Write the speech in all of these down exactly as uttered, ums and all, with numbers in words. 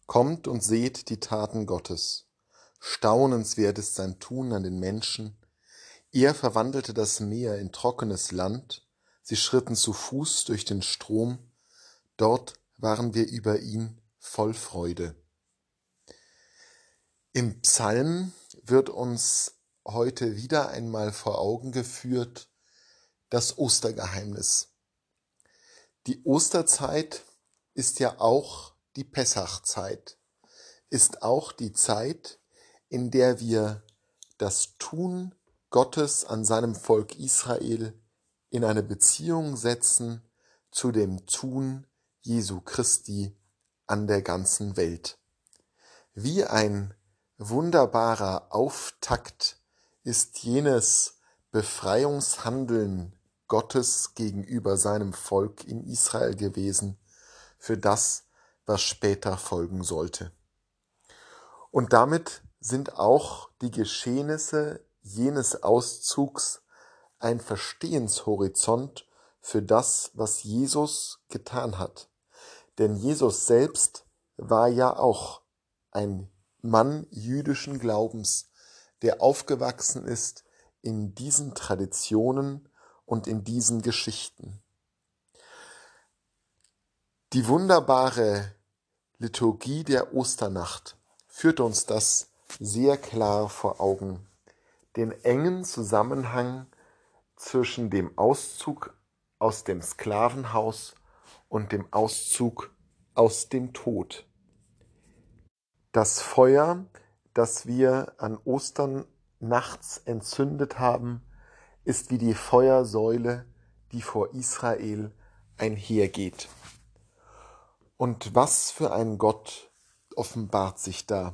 Kommt und seht die Taten Gottes. Staunenswert ist sein Tun an den Menschen. Er verwandelte das Meer in trockenes Land. Sie schritten zu Fuß durch den Strom. Dort waren wir über ihn voll Freude. Im Psalm wird uns heute wieder einmal vor Augen geführt das Ostergeheimnis. Die Osterzeit ist ja auch die Pessachzeit, ist auch die Zeit, in der wir das Tun Gottes an seinem Volk Israel in eine Beziehung setzen zu dem Tun Jesu Christi an der ganzen Welt. Wie ein wunderbarer Auftakt ist jenes Befreiungshandeln Gottes gegenüber seinem Volk in Israel gewesen, für das, was später folgen sollte. Und damit sind auch die Geschehnisse jenes Auszugs ein Verstehenshorizont für das, was Jesus getan hat. Denn Jesus selbst war ja auch ein Mann jüdischen Glaubens, der aufgewachsen ist in diesen Traditionen und in diesen Geschichten. Die wunderbare Liturgie der Osternacht führt uns das sehr klar vor Augen. Den engen Zusammenhang zwischen dem Auszug aus dem Sklavenhaus und dem Auszug aus dem Tod. Das Feuer, das wir an Ostern nachts entzündet haben, ist wie die Feuersäule, die vor Israel einhergeht. Und was für ein Gott offenbart sich da?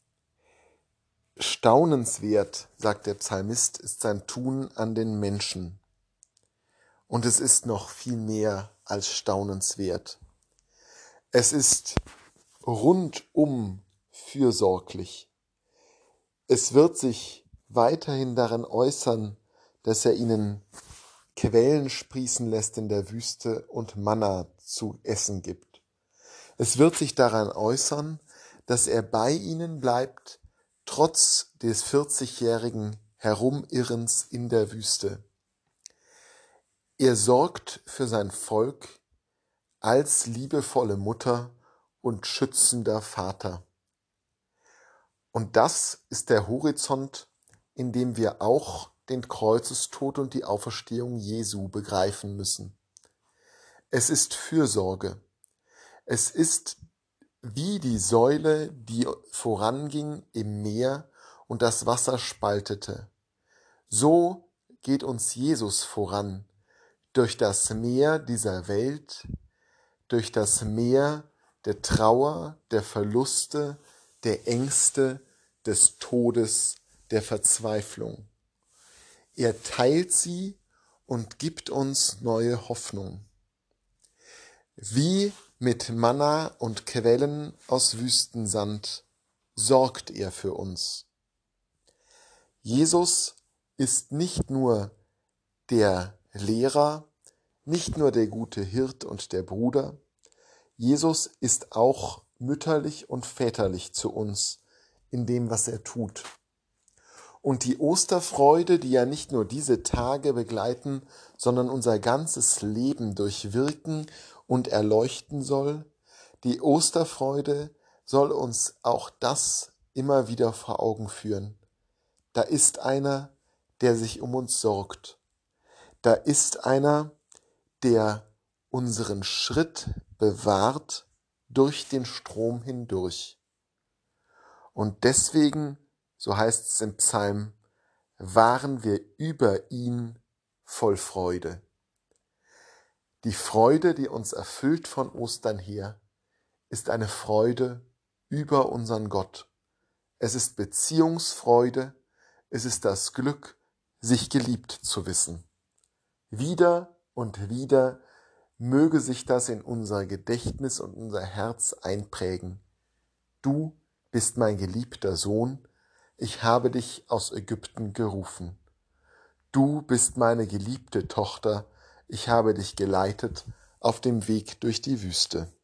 Staunenswert, sagt der Psalmist, ist sein Tun an den Menschen. Und es ist noch viel mehr als staunenswert. Es ist rundum fürsorglich. Es wird sich weiterhin darin äußern, dass er ihnen Quellen sprießen lässt in der Wüste und Manna zu essen gibt. Es wird sich daran äußern, dass er bei ihnen bleibt, trotz des vierzigjährigen Herumirrens in der Wüste. Er sorgt für sein Volk als liebevolle Mutter und schützender Vater. Und das ist der Horizont, in dem wir auch den Kreuzestod und die Auferstehung Jesu begreifen müssen. Es ist Fürsorge. Es ist wie die Säule, die voranging im Meer und das Wasser spaltete. So geht uns Jesus voran, durch das Meer dieser Welt, durch das Meer der Trauer, der Verluste, der Ängste, des Todes, der Verzweiflung. Er teilt sie und gibt uns neue Hoffnung. Wie mit Manna und Quellen aus Wüstensand sorgt er für uns. Jesus ist nicht nur der Lehrer, nicht nur der gute Hirt und der Bruder. Jesus ist auch mütterlich und väterlich zu uns in dem, was er tut. Und die Osterfreude, die ja nicht nur diese Tage begleiten, sondern unser ganzes Leben durchwirken und erleuchten soll, die Osterfreude soll uns auch das immer wieder vor Augen führen. Da ist einer, der sich um uns sorgt. Da ist einer, der unseren Schritt bewahrt durch den Strom hindurch. Und deswegen, so heißt es im Psalm, waren wir über ihn voll Freude. Die Freude, die uns erfüllt von Ostern her, ist eine Freude über unseren Gott. Es ist Beziehungsfreude, es ist das Glück, sich geliebt zu wissen. Wieder und wieder möge sich das in unser Gedächtnis und unser Herz einprägen. Du bist mein geliebter Sohn, ich habe dich aus Ägypten gerufen. Du bist meine geliebte Tochter, ich habe dich geleitet auf dem Weg durch die Wüste.